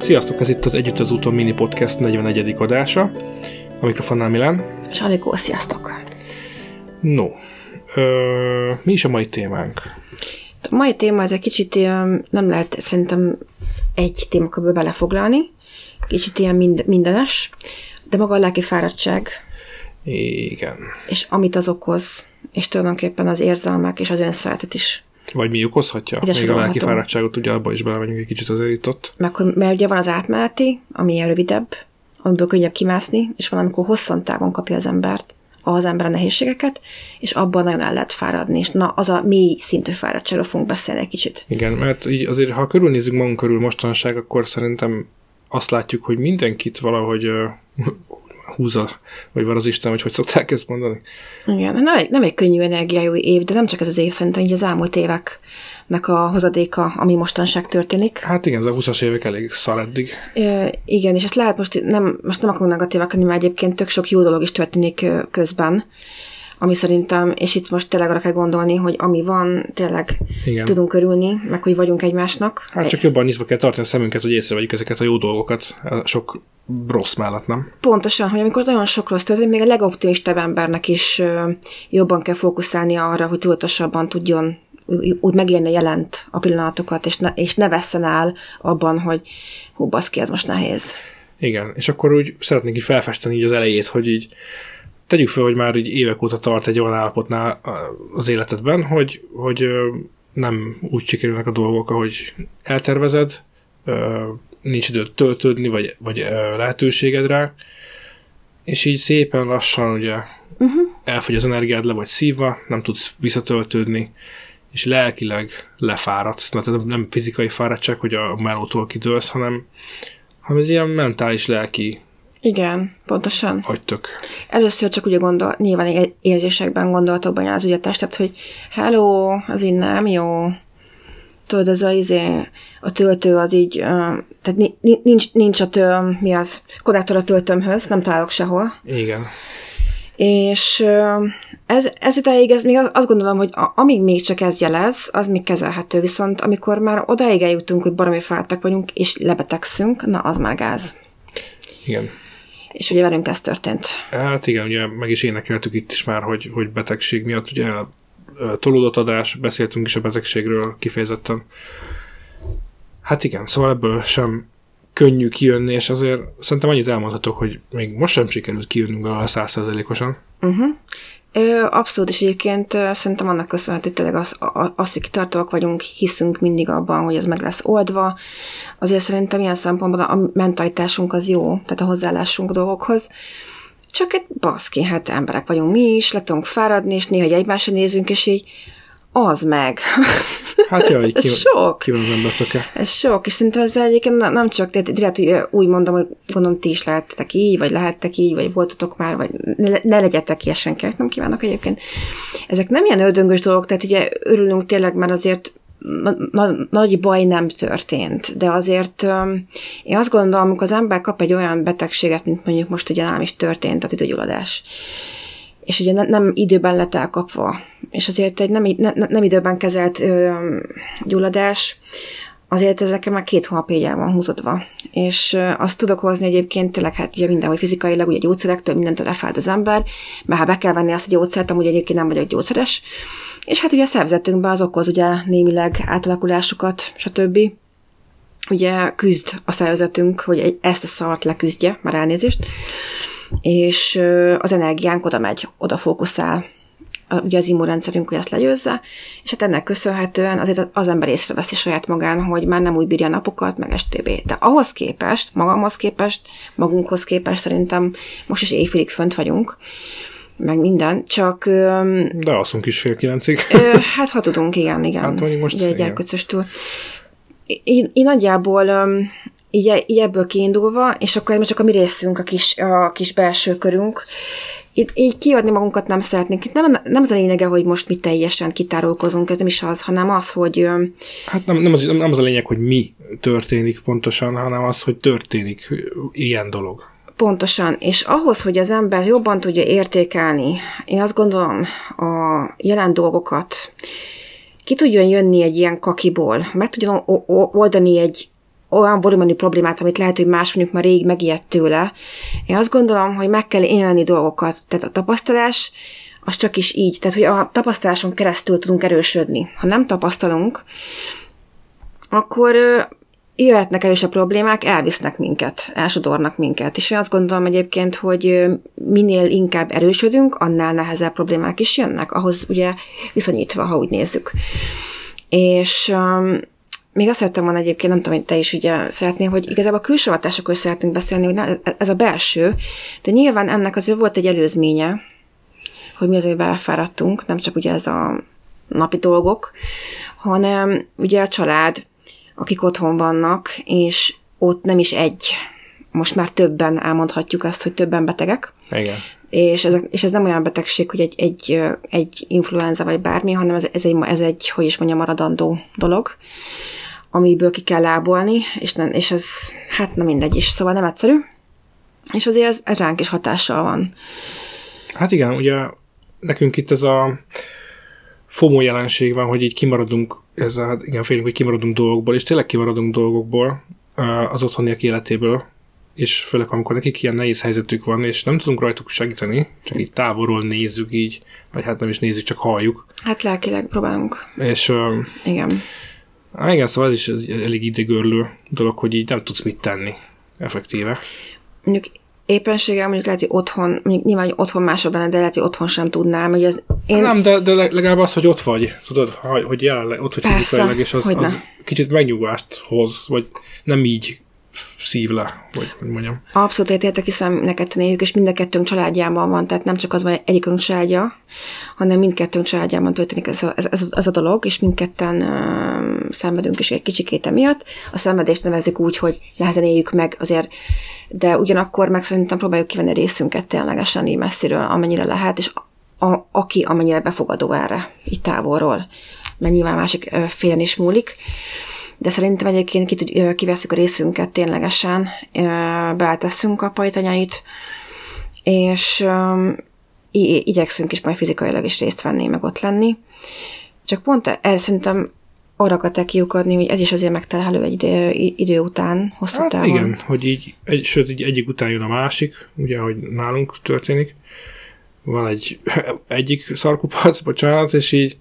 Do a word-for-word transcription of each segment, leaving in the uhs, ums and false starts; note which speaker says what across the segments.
Speaker 1: Sziasztok, ez itt az Együtt az úton mini podcast negyvenegyedik adása. A mikrofonnál Milán.
Speaker 2: És Anikó, sziasztok!
Speaker 1: No, ö, mi is a mai témánk?
Speaker 2: A mai téma ez egy kicsit nem lehet szerintem egy témakörbe belefoglalni. Kicsit ilyen mind, mindenes, de maga a lelki fáradtság.
Speaker 1: Igen.
Speaker 2: És amit az okoz, és tulajdonképpen az érzelmek és az önszeretet is.
Speaker 1: Vagy mi okozhatja?
Speaker 2: Ide
Speaker 1: még a lelki fáradtságot, ugye abba is belemegyünk egy kicsit azért itt ott.
Speaker 2: Meg, mert ugye van az átmeneti, ami ilyen rövidebb, amiből könnyebb kimászni, és van, amikor hosszantávon kapja az embert, az ember a nehézségeket, és abban nagyon el lehet fáradni, és na, az a mély szintű fáradtságról fogunk beszélni egy kicsit.
Speaker 1: Igen, mert így azért, ha körülnézzük magunk körül mostanság, akkor szerintem azt látjuk, hogy mindenkit valahogy uh, húzza, vagy van az Isten, vagy hogy szokták ezt mondani?
Speaker 2: Igen, nem egy, nem egy könnyű energiájú év, de nem csak ez az év, szerintem így az elmúlt éveknek a hozadéka, ami mostanság történik.
Speaker 1: Hát igen, ez a húszas évek elég szar eddig.
Speaker 2: E, igen, és ezt lehet most nem, most nem akarunk negatívak lenni, mert egyébként tök sok jó dolog is történik közben, ami szerintem, és itt most tényleg arra kell gondolni, hogy ami van, tényleg igen. Tudunk örülni, meg hogy vagyunk egymásnak.
Speaker 1: Hát csak jobban nyitva kell tartani a szemünket, hogy észrevegyük ezeket a jó dolgokat, sok rossz mellett, nem?
Speaker 2: Pontosan, hogy amikor nagyon sok rossz történik, még a legoptimistább embernek is jobban kell fókuszálni arra, hogy tudatosabban tudjon úgy megélni jelent a pillanatokat, és ne, és ne vesszen el abban, hogy hú, baszki, ez most nehéz.
Speaker 1: Igen, és akkor úgy szeretnék így felfesteni így az elejét, hogy így tegyük fel, hogy már így évek óta tart egy olyan állapotnál az életedben, hogy, hogy nem úgy sikerülnek a dolgok, ahogy eltervezed, nincs időt töltődni, vagy, vagy lehetőséged rá, és így szépen lassan ugye uh-huh. elfogy az energiád, le vagy szívva, nem tudsz visszatöltődni, és lelkileg lefáradsz. Tehát nem fizikai fáradtság, hogy a melótól kidőlsz, hanem, hanem ez ilyen mentális, lelki
Speaker 2: igen, pontosan.
Speaker 1: agytök.
Speaker 2: Először csak ugye gondol, nyilván érzésekben, gondolatokban jár az ugye a testet, hogy hello, az így nem jó. Tudod, ez a, izé, a töltő az így, uh, tehát nincs, nincs a től, mi az, konnektor a töltőmhöz, nem találok sehol.
Speaker 1: Igen.
Speaker 2: És uh, ez, ez idáig, ez még azt gondolom, hogy a, amíg még csak ez jelez, az még kezelhető, viszont amikor már odáig eljutunk, hogy baromi fáradtak vagyunk, és lebetegszünk, na az már gáz.
Speaker 1: Igen.
Speaker 2: És ugye velünk ez történt.
Speaker 1: Hát igen, ugye meg is énekeltük itt is már, hogy, hogy betegség miatt ugye tolódott adás, beszéltünk is a betegségről kifejezetten. Hát igen, szóval ebből sem könnyű kijönni, és azért szerintem annyit elmondhatok, hogy még most sem sikerült kijönnünk a száz százalékosan.
Speaker 2: Uh-huh. Abszolút, és egyébként szerintem annak köszönhető, hogy tényleg az, az, hogy kitartóak vagyunk, hiszünk mindig abban, hogy ez meg lesz oldva. Azért szerintem ilyen szempontból a mentalitásunk az jó, tehát a hozzáállásunk a dolgokhoz. Csak egy baszki, hát emberek vagyunk mi is, le tudunk fáradni, és néha egymásra nézünk, és így az meg.
Speaker 1: Hát jaj,
Speaker 2: ez
Speaker 1: ki,
Speaker 2: sok.
Speaker 1: Ki van az embertöke.
Speaker 2: Ez sok, és szerintem ezzel egyébként nem csak, tehát lehet, hogy úgy mondom, hogy gondolom, ti is lehettek így, vagy lehettek így, vagy voltatok már, vagy ne, ne legyetek ilyen, senkinek nem kívánok egyébként. Ezek nem ilyen ördöngös dolgok, tehát ugye örülünk tényleg, mert azért na, na, nagy baj nem történt, de azért um, én azt gondolom, amikor az ember kap egy olyan betegséget, mint mondjuk most ugye nálam is történt a tüdőgyulladás, és ugye ne, nem időben lett elkapva, és azért egy nem, ne, nem időben kezelt ö, gyulladás, azért ez nekem már két hónapig el van húzódva. És ö, azt tudok hozni egyébként, tényleg hát ugye mindenhogy fizikailag, ugye gyógyszerektől, mindentől lefáld az ember, mert ha be kell venni azt a gyógyszert, amúgy egyébként nem vagyok gyógyszeres, és hát ugye a szervezetünkben az okoz ugye némileg átalakulásokat, stb. Ugye küzd a szervezetünk, hogy ezt a szart leküzdje, már elnézést, és az energiánk oda megy, oda fókuszál, ugye az immunrendszerünk, hogy azt legyőzze, és hát ennek köszönhetően azért az ember észreveszi saját magán, hogy már nem úgy bírja a napokat, meg stb. De ahhoz képest, magamhoz képest, magunkhoz képest szerintem most is éjfélig fönt vagyunk, meg minden, csak...
Speaker 1: De alszunk is fél kilencig.
Speaker 2: Hát ha tudunk, igen, igen.
Speaker 1: Hát mondjuk most...
Speaker 2: Ugye egy elköcös túl. Én, én nagyjából... Így, így ebből kiindulva, és akkor most csak a mi részünk, a kis, a kis belső körünk. Így, így kiadni magunkat nem szeretnénk. Itt nem, nem az a lényege, hogy most mi teljesen kitárulkozunk, ez nem is az, hanem az, hogy...
Speaker 1: Hát nem, nem, az, nem az a lényeg, hogy mi történik pontosan, hanem az, hogy történik ilyen dolog.
Speaker 2: Pontosan, és ahhoz, hogy az ember jobban tudja értékelni, én azt gondolom, a jelen dolgokat, ki tudjon jönni egy ilyen kakiból, meg tudjon oldani egy olyan volumenű problémát, amit lehet, hogy más mondjuk már rég megijedt tőle. Én azt gondolom, hogy meg kell élni dolgokat. Tehát a tapasztalás az csak is így. Tehát, hogy a tapasztaláson keresztül tudunk erősödni. Ha nem tapasztalunk, akkor jöhetnek erősebb problémák, elvisznek minket, elsodornak minket. És én azt gondolom egyébként, hogy minél inkább erősödünk, annál nehezebb problémák is jönnek, ahhoz ugye viszonyítva, ha úgy nézzük. És um, még azt szerettem volna egyébként, nem tudom, hogy te is ugye szeretnél, hogy igazából a külső hatásokról szeretnénk beszélni, hogy na, ez a belső, de nyilván ennek azért volt egy előzménye, hogy mi azért belefáradtunk, nem csak ugye ez a napi dolgok, hanem ugye a család, akik otthon vannak, és ott nem is egy, most már többen elmondhatjuk azt, hogy többen betegek.
Speaker 1: Igen.
Speaker 2: És ez, és ez nem olyan betegség, hogy egy, egy, egy influenza vagy bármi, hanem ez, ez, egy, ez egy, hogy is mondjam, maradandó dolog, amiből ki kell lábolni, és, nem, és ez, hát nem mindegy is, szóval nem egyszerű, és azért ez, ez ránk is hatással van.
Speaker 1: Hát igen, ugye nekünk itt ez a FOMO jelenség van, hogy így kimaradunk, ez a, igen, félünk, hogy kimaradunk dolgokból, és tényleg kimaradunk dolgokból az otthoniak életéből, és főleg amikor nekik ilyen nehéz helyzetük van, és nem tudunk rajtuk segíteni, csak így távolról nézzük így, vagy hát nem is nézzük, csak halljuk.
Speaker 2: Hát lelkileg próbálunk.
Speaker 1: És uh,
Speaker 2: igen.
Speaker 1: Á, igen, szóval ez is egy elég idegörlő dolog, hogy így nem tudsz mit tenni effektíve.
Speaker 2: Mondjuk éppenséggel mondjuk lehet, hogy otthon, mondjuk nyilván, hogy otthon másabb lenne, de lehet, hogy otthon sem tudnám, hogy ez én...
Speaker 1: Nem, de, de legalább az, hogy ott vagy, tudod, hogy jelenleg ott vagy fizikailag, és az, az kicsit megnyugvást hoz, vagy nem így szív le, vagy hogy mondjam.
Speaker 2: Abszolút értek, hiszen neked éljük, és mind a kettőnk családjában van, tehát nem csak az van egyikünk családja, hanem mindkettőnk családjában történik ez a, ez, ez, ez a dolog, és mindketten uh, szenvedünk is egy kicsikét emiatt. A szenvedést nevezzük úgy, hogy nehezen éljük meg azért, de ugyanakkor meg szerintem próbáljuk kivenni részünket ténylegesen így messziről, amennyire lehet, és a, a, aki amennyire befogadó erre, így távolról, mert nyilván másik uh, félen is múlik. De szerintem egyébként kivesszük a részünket ténylegesen, beletesszünk a pajtanyait, és igyekszünk is majd fizikailag is részt venni, meg ott lenni. Csak pont el szerintem arra akarták kiukadni, hogy ez is azért megterhelő egy idő, idő után, hosszú
Speaker 1: hát
Speaker 2: távon.
Speaker 1: Igen, hogy így, egy, sőt, így egyik után jön a másik, ugye, hogy nálunk történik. Van egy egyik szarkupac, bocsánat, és így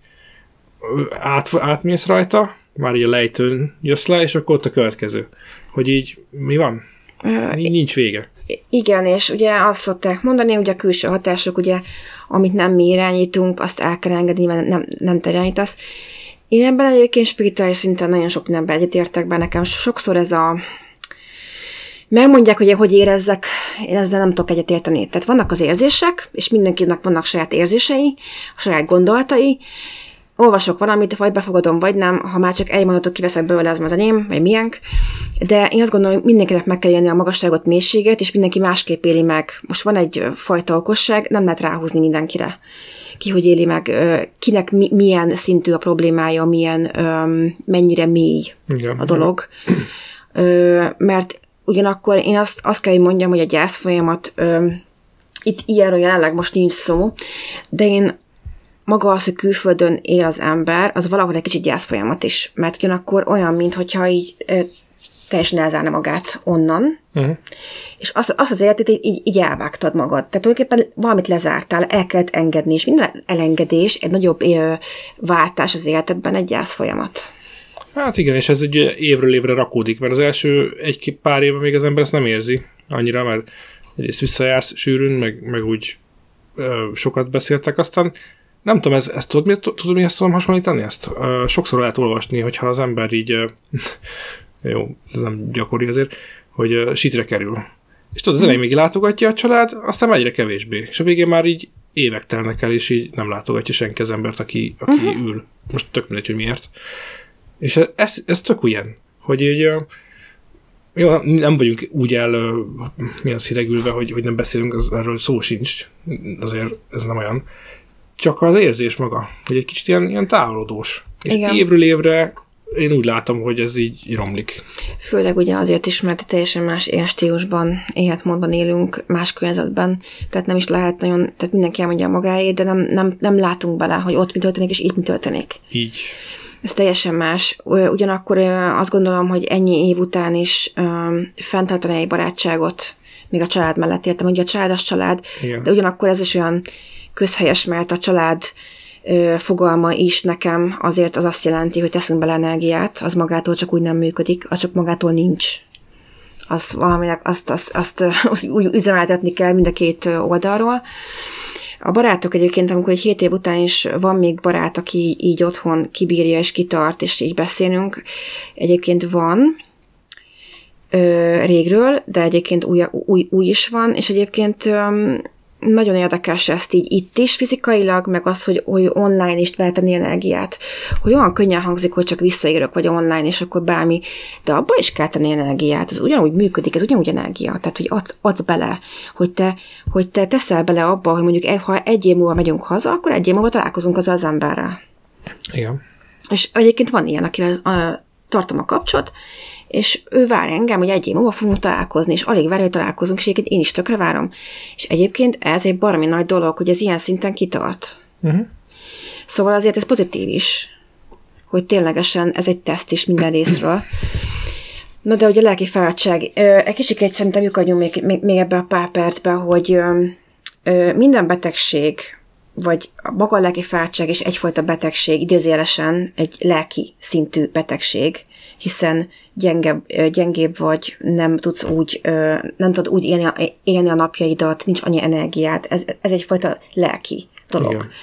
Speaker 1: át, átmész rajta, már így a lejtőn jössz le, és akkor ott a következő. Hogy így mi van? Így nincs vége.
Speaker 2: Igen, és ugye azt szokták mondani, hogy a külső hatások, ugye, amit nem mi irányítunk, azt el kell engedni, mert nem, nem te irányítasz. Én ebben egyébként spirituális szinten nagyon sok mindenben egyetértek be. Nekem sokszor ez a... Megmondják, hogy én hogy érezzek, én ezzel nem tudok egyetérteni. Tehát vannak az érzések, és mindenkinek vannak saját érzései, a saját gondolatai. Olvasok valamit, vagy befogadom, vagy nem, ha már csak egy mondatot kiveszek belőle, az az enyém, vagy miénk. De én azt gondolom, hogy mindenkinek meg kell élni a magasságot, mélységet, és mindenki másképp éli meg. Most van egy fajta okosság, nem lehet ráhúzni mindenkire. Ki hogy éli meg, kinek mi, milyen szintű a problémája, milyen, mennyire mély
Speaker 1: igen,
Speaker 2: a dolog. Mert ugyanakkor én azt, azt kell, hogy mondjam, hogy a gyász folyamat, itt ilyenről jelenleg most nincs szó, de én maga az, hogy külföldön él az ember, az valahol egy kicsit gyász folyamat is, mert ugyanakkor olyan, mintha így ö, teljesen elzárna magát onnan, uh-huh. és azt, azt az életét így, így, így elvágtad magad. Tehát tulajdonképpen valamit lezártál, el kellett engedni, és minden elengedés, egy nagyobb ö, váltás az életedben egy gyász folyamat.
Speaker 1: Hát igen, és ez egy évről évre rakódik, mert az első egy pár éve még az ember ezt nem érzi annyira, mert egyrészt visszajársz sűrűn, meg, meg úgy ö, sokat beszéltek, aztán nem tudom, ez, ezt tudod, mi, tudod, mi ezt tudom hasonlítani? Ezt? Uh, sokszor lehet olvasni, hogyha az ember így, uh, jó, ez nem gyakori azért, hogy uh, sitre kerül. És tudod, az elején még látogatja a család, aztán egyre kevésbé. És a végén már így évek telnek el, és így nem látogatja senki az embert, aki, aki uh-huh. ül. Most tök mindegy, hogy miért. És ez, ez tök ilyen, hogy így, uh, jó, nem vagyunk úgy el, uh, mi az hidegülve, hogy, hogy nem beszélünk, az, erről szó sincs. Azért ez nem olyan. Csak az érzés maga, hogy egy kicsit ilyen, ilyen távolodós. És igen. Évről évre én úgy látom, hogy ez így romlik.
Speaker 2: Főleg ugye azért is, mert teljesen más életstílusban, életmódban élünk, más környezetben, tehát nem is lehet nagyon, tehát mindenki elmondja magáét, de nem, nem, nem látunk bele, hogy ott mi történik, és itt mi történik.
Speaker 1: Így.
Speaker 2: Ez teljesen más. Ugyanakkor azt gondolom, hogy ennyi év után is fenntartani egy barátságot még a család mellett értem, ugye a család az család, igen. De ugyanakkor ez is olyan közhelyes, mert a család fogalma is nekem azért az azt jelenti, hogy teszünk bele energiát, az magától csak úgy nem működik, az csak magától nincs. Az valaminek azt, azt, azt, azt úgy üzemeltetni kell mind a két oldalról. A barátok egyébként, amikor egy hét év után is van még barát, aki így otthon kibírja és kitart, és így beszélünk, egyébként van ö, régről, de egyébként új, új, új is van, és egyébként ö, nagyon érdekes ezt így itt is fizikailag, meg az, hogy, hogy online is lehet tenni energiát. Hogy olyan könnyen hangzik, hogy csak visszaírok, vagy online, és akkor bármi, de abba is kell tenni energiát. Ez ugyanúgy működik, ez ugyanúgy energia. Tehát, hogy adsz, adsz bele, hogy te, hogy te teszel bele abba, hogy mondjuk ha egy év múlva megyünk haza, akkor egy év múlva találkozunk azzal az emberrel.
Speaker 1: Igen.
Speaker 2: És egyébként van ilyen, akivel a, tartom a kapcsot, és ő vár engem, hogy egy év múlva fogunk találkozni, és alig várja, hogy találkozunk, és egyébként én is tökre várom. És egyébként ez egy baromi nagy dolog, hogy ez ilyen szinten kitart. Uh-huh. Szóval azért ez pozitív is, hogy ténylegesen ez egy teszt is minden részről. Na de hogy a lelki fáradtság, egy kicsit szerintem lyukadjunk még, még, még ebbe a pár percbe, hogy minden betegség, vagy maga a lelki fáradtság és egyfajta betegség, idézőjelesen egy lelki szintű betegség, hiszen gyengebb, gyengébb vagy, nem tudsz úgy, nem tudod úgy élni a, élni a napjaidat, nincs annyi energiát, ez, ez egyfajta lelki dolog. Igen.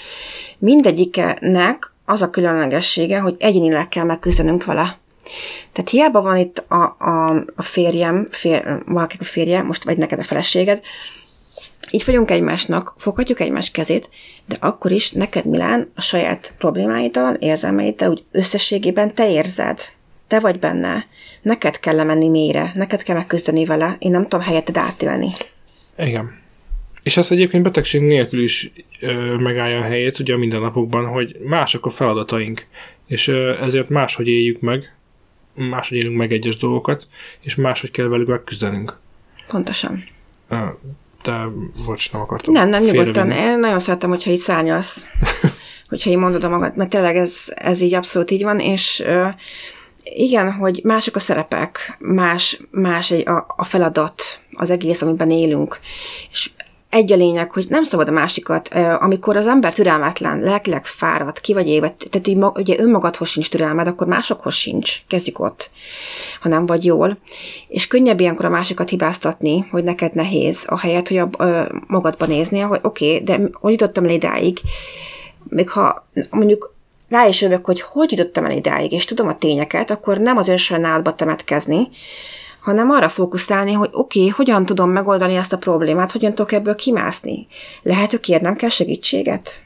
Speaker 2: Mindegyiknek az a különlegessége, hogy egyénileg kell megküzdenünk vele. Tehát hiába van itt a, a, a férjem, fér, valakik a férje, most vagy neked a feleséged, itt vagyunk egymásnak, foghatjuk egymás kezét, de akkor is neked, Milán, a saját problémáiddal, érzelmeiddel, úgy összességében te érzed. Te vagy benne. Neked kell lemenni mélyre, neked kell megküzdeni vele, én nem tudom helyetted átélni.
Speaker 1: Igen. És ez egyébként betegség nélkül is ö, megállja a helyét, ugye a mindennapokban, hogy mások a feladataink, és ö, ezért máshogy éljük meg, máshogy élünk meg egyes dolgokat, és máshogy kell velük megküzdenünk.
Speaker 2: Pontosan.
Speaker 1: Te, bocs, nem akartam.
Speaker 2: Nem, nem, nyugodtan. Én nagyon szeretem, hogyha így szárnyalsz, hogyha így mondod a magad, mert tényleg ez, ez így abszolút így van, és ö, igen, hogy mások a szerepek, más, más egy, a, a feladat, az egész, amiben élünk. És egy a lényeg, hogy nem szabad a másikat, amikor az ember türelmetlen, lelkileg fáradt, ki vagy éve, tehát így, ugye önmagadhoz sincs türelmed, akkor másokhoz sincs, kezdjük ott, ha nem vagy jól. És könnyebb ilyenkor a másikat hibáztatni, hogy neked nehéz, ahelyett, hogy a, a, magadba néznél, hogy oké, okay, de hogy jutottam el idáig, még ha mondjuk rá is jövök, hogy hogy jutottam el idáig, és tudom a tényeket, akkor nem az önsajnálatba temetkezni, hanem arra fókuszálni, hogy oké, okay, hogyan tudom megoldani ezt a problémát, hogyan tudok ebből kimászni. Lehet, hogy kérnem kell segítséget?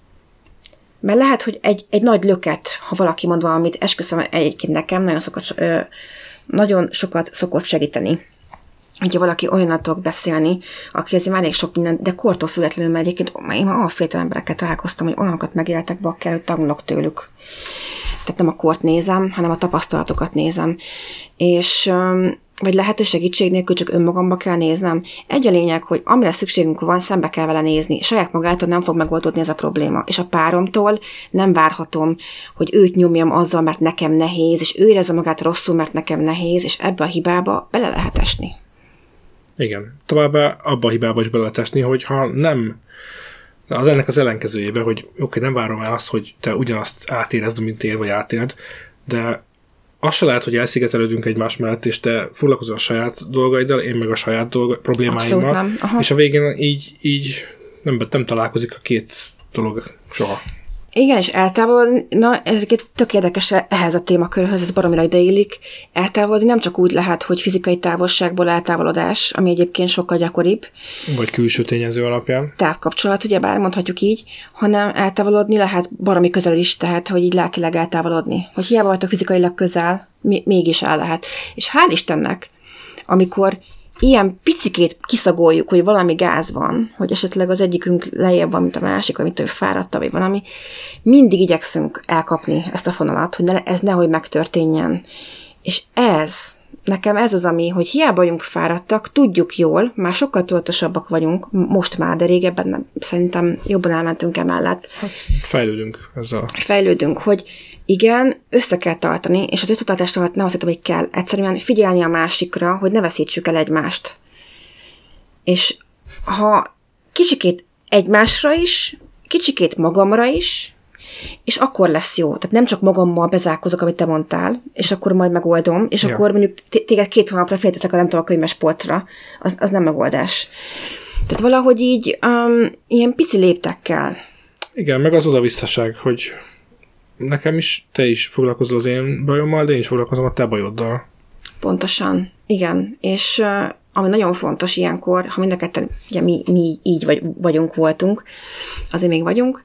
Speaker 2: Mert lehet, hogy egy, egy nagy löket, ha valaki mond valamit, esküszöm, egyébként nekem nagyon, szokott, nagyon sokat szokott segíteni. Hogyha valaki olyannal tudok beszélni, aki azért már elég sok minden, de kortól függetlenül, mert egyébként én már alapvétel emberekkel találkoztam, hogy olyanokat megéltek bakker, hogy tanulok tőlük. Tehát nem a kort nézem, hanem a tapasztalatokat nézem. És vagy lehet, hogy segítség nélkül csak önmagamba kell néznem. Egy a lényeg, hogy amire szükségünk van, szembe kell vele nézni. Saját magától nem fog megoldódni ez a probléma. És a páromtól nem várhatom, hogy őt nyomjam azzal, mert nekem nehéz, és ő érezze magát rosszul, mert nekem nehéz, és ebbe a hibába bele lehet esni.
Speaker 1: Igen. Továbbá abba a hibába is bele lehet esni, hogyha nem az ennek az ellenkezőjébe, hogy oké, okay, nem várom el azt, hogy te ugyanazt átérezd, mint él, vagy átéld, de az se lehet, hogy elszigetelődünk egymás mellett, és te foglalkozol a saját dolgaiddal, én meg a saját dolga, problémáimmal, és a végén így, így nem, nem találkozik a két dolog soha.
Speaker 2: Igen, és eltávolodni, na ez tök érdekes ehhez a témakörhöz, ez baromira ideillik. Eltávolodni nem csak úgy lehet, hogy fizikai távolságból eltávolodás, ami egyébként sokkal gyakoribb.
Speaker 1: Vagy külső tényező alapján.
Speaker 2: Távkapcsolat, ugye bár mondhatjuk így, hanem eltávolodni lehet baromi közel is, tehát, hogy így lelkileg eltávolodni. Hogy hiába vagytok fizikailag közel, mégis el lehet. És hál' Istennek, amikor ilyen picikét kiszagoljuk, hogy valami gáz van, hogy esetleg az egyikünk lejjebb van, mint a másik, vagy mitől fáradta, vagy valami, mindig igyekszünk elkapni ezt a fonalat, hogy ne, ez nehogy megtörténjen. És ez nekem ez az, ami, hogy hiába vagyunk fáradtak, tudjuk jól, már sokkal tudatosabbak vagyunk, most már, de régebben nem, szerintem jobban elmentünk emellett.
Speaker 1: Hát fejlődünk ezzel.
Speaker 2: Fejlődünk, hogy igen, össze kell tartani, és az összetartást alatt nem azt hittem, hogy kell egyszerűen figyelni a másikra, hogy ne veszítsük el egymást. És ha kicsikét egymásra is, kicsikét magamra is, és akkor lesz jó. Tehát nem csak magammal bezárkozok, amit te mondtál, és akkor majd megoldom, és ja. akkor mondjuk téged két hónapra félteszek a nem tudom a könyves polcra. Az, az nem megoldás. Tehát valahogy így um, ilyen pici léptekkel.
Speaker 1: Igen, meg az oda-visszaság, hogy nekem is, te is foglalkozol az én bajommal, de én is foglalkozom a te bajoddal.
Speaker 2: Pontosan. Igen. És uh, ami nagyon fontos ilyenkor, ha mind a ketten, ugye mi, mi így vagy, vagyunk, voltunk, azért még vagyunk,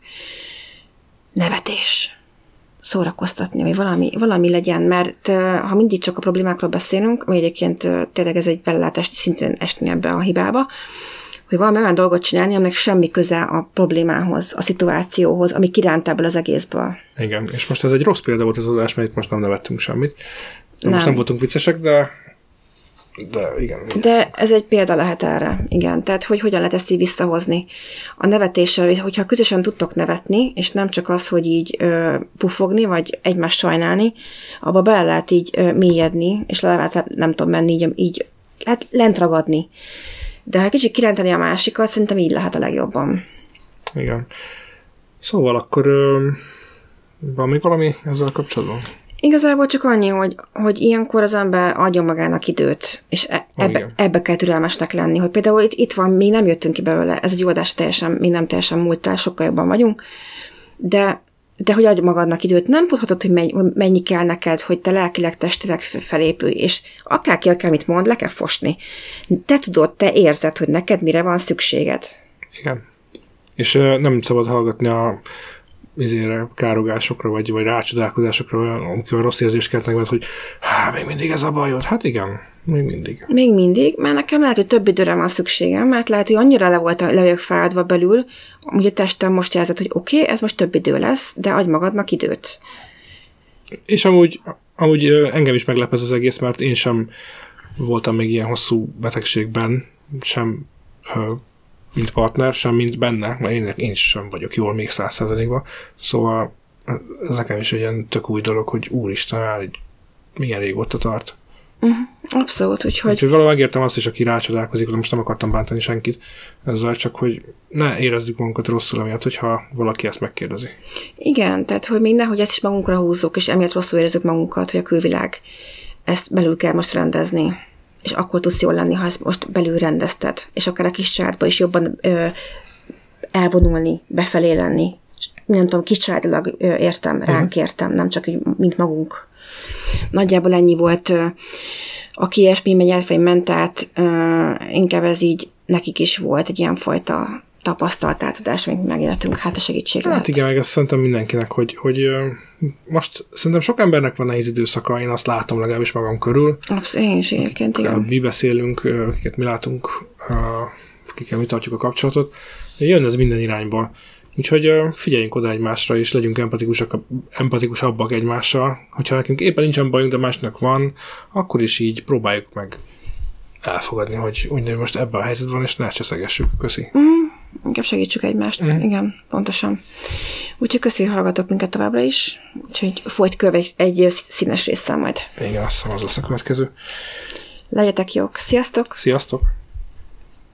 Speaker 2: nevetés. Szórakoztatni, vagy valami, valami legyen, mert uh, ha mindig csak a problémákról beszélünk, ami egyébként uh, tényleg ez egy belelátás, szintén esni ebbe a hibába, hogy valami olyan dolgot csinálni, aminek semmi köze a problémához, a szituációhoz, ami kiránt ebből az egészből.
Speaker 1: Igen, és most ez egy rossz példa volt az adás, mert itt most nem nevettünk semmit. Nem. Most nem voltunk viccesek, de De igen.
Speaker 2: De ez egy példa lehet erre, igen. Tehát, hogy hogyan lehet ezt így visszahozni. A nevetéssel, hogyha közösen tudtok nevetni, és nem csak az, hogy így ö, pufogni, vagy egymást sajnálni, abba bele lehet így ö, mélyedni, és le lehet, nem tudom menni, így, így lehet lent ragadni. De ha kicsit kirántani a másikat, szerintem így lehet a legjobban.
Speaker 1: Igen. Szóval akkor ö, van még valami ezzel kapcsolatban?
Speaker 2: Igazából csak annyi, hogy, hogy ilyenkor az ember adjon magának időt, és e- ebbe, ebbe kell türelmesnek lenni, hogy például itt, itt van, még nem jöttünk ki belőle, ez egy oldás teljesen, még nem teljesen múlt el, sokkal jobban vagyunk, de, de hogy adj magadnak időt, nem tudhatod, hogy mennyi, mennyi kell neked, hogy te lelkileg, testileg felépülj, és akárki, akármit mond, le kell fosni. Te tudod, te érzed, hogy neked mire van szükséged.
Speaker 1: Igen. És uh, nem szabad hallgatni a izére, károgásokra, vagy, vagy rácsodálkozásokra, amikor rossz érzést keltnek veled, hogy há, még mindig ez a bajod. Hát igen, még mindig.
Speaker 2: Még mindig, mert nekem lehet, hogy több időre van szükségem, mert lehet, hogy annyira le volt, le vagyok fáradva belül, hogy a testem most jelzett, hogy oké, okay, ez most több idő lesz, de adj magadnak időt.
Speaker 1: És amúgy, amúgy engem is meglep ez az egész, mert én sem voltam még ilyen hosszú betegségben, sem mint partner, sem mint benne, mert én, én sem vagyok jól még száz százalékban. Szóval ez nekem is egy ilyen tök új dolog, hogy úristen, már így milyen régóta tart.
Speaker 2: Uh-huh. Abszolút, úgyhogy...
Speaker 1: Úgyhogy valahol megértem azt is, aki rácsodálkozik, de most nem akartam bántani senkit ezzel, csak hogy ne érezzük magunkat rosszul amiatt, hogyha valaki ezt megkérdezi.
Speaker 2: Igen, tehát hogy még nehogy ezt is magunkra húzzuk, és emiatt rosszul érezzük magunkat, hogy a külvilág ezt belül kell most rendezni. És akkor tudsz jól lenni, ha ezt most belül rendezted, és akár a kis családba is jobban ö, elvonulni, befelé lenni. Nem tudom, kis családilag ö, értem, uh-huh. ránk értem, nem csak mint magunk. Nagyjából ennyi volt, ö, aki ilyesmi megy át, vagy ment át, ö, inkább ez így nekik is volt egy ilyen fajta tapasztalatátadás, amit megéltünk, hát a segítség lehet.
Speaker 1: Hát igen, meg ezt szerintem mindenkinek, hogy, hogy most szerintem sok embernek van nehéz időszaka, én azt látom legalábbis magam körül.
Speaker 2: Abszolút, én is egyébként, igen.
Speaker 1: Mi beszélünk, akiket mi látunk, akikkel mi tartjuk a kapcsolatot, jön ez minden irányba. Úgyhogy figyeljünk oda egymásra, és legyünk empatikusak, empatikusabbak egymással. Hogyha nekünk éppen nincsen bajunk, de másnak van, akkor is így próbáljuk meg elfogadni, hogy úgy most ebben a helyzetben van, és ne cseszegessük. Köszi.
Speaker 2: Mm, inkább segítsük egymást. Mm. Igen, pontosan. Úgyhogy köszi, hogy hallgatok minket továbbra is. Úgyhogy folyt köv egy, egy színes résszel majd.
Speaker 1: Igen, azt hiszem, az lesz a következő.
Speaker 2: Legyetek jók. Sziasztok!
Speaker 1: Sziasztok!